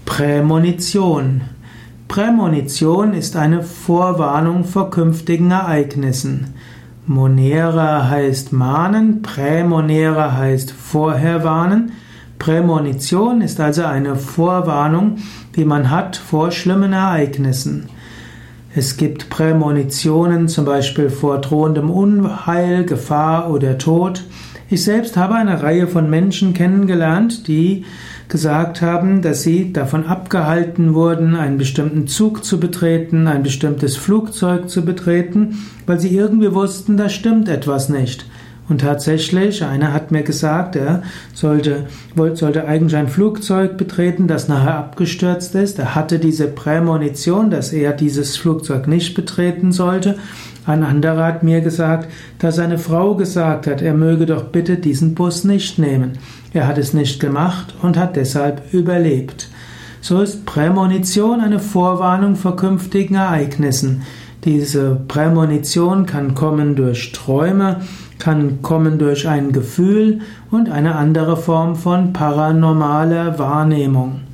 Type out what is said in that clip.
Prämonition. Prämonition ist eine Vorwarnung vor künftigen Ereignissen. Monere heißt mahnen, prämonere heißt vorherwarnen. Prämonition ist also eine Vorwarnung, die man hat vor schlimmen Ereignissen. Es gibt Prämonitionen zum Beispiel vor drohendem Unheil, Gefahr oder Tod. Ich selbst habe eine Reihe von Menschen kennengelernt, die gesagt haben, dass sie davon abgehalten wurden, einen bestimmten Zug zu betreten, ein bestimmtes Flugzeug zu betreten, weil sie irgendwie wussten, da stimmt etwas nicht. Und tatsächlich, einer hat mir gesagt, er sollte eigentlich ein Flugzeug betreten, das nachher abgestürzt ist. Er hatte diese Prämonition, dass er dieses Flugzeug nicht betreten sollte. Ein anderer hat mir gesagt, dass seine Frau gesagt hat, er möge doch bitte diesen Bus nicht nehmen. Er hat es nicht gemacht und hat deshalb überlebt. So ist Prämonition eine Vorwarnung vor künftigen Ereignissen. Diese Prämonition kann kommen durch Träume, kann kommen durch ein Gefühl und eine andere Form von paranormaler Wahrnehmung.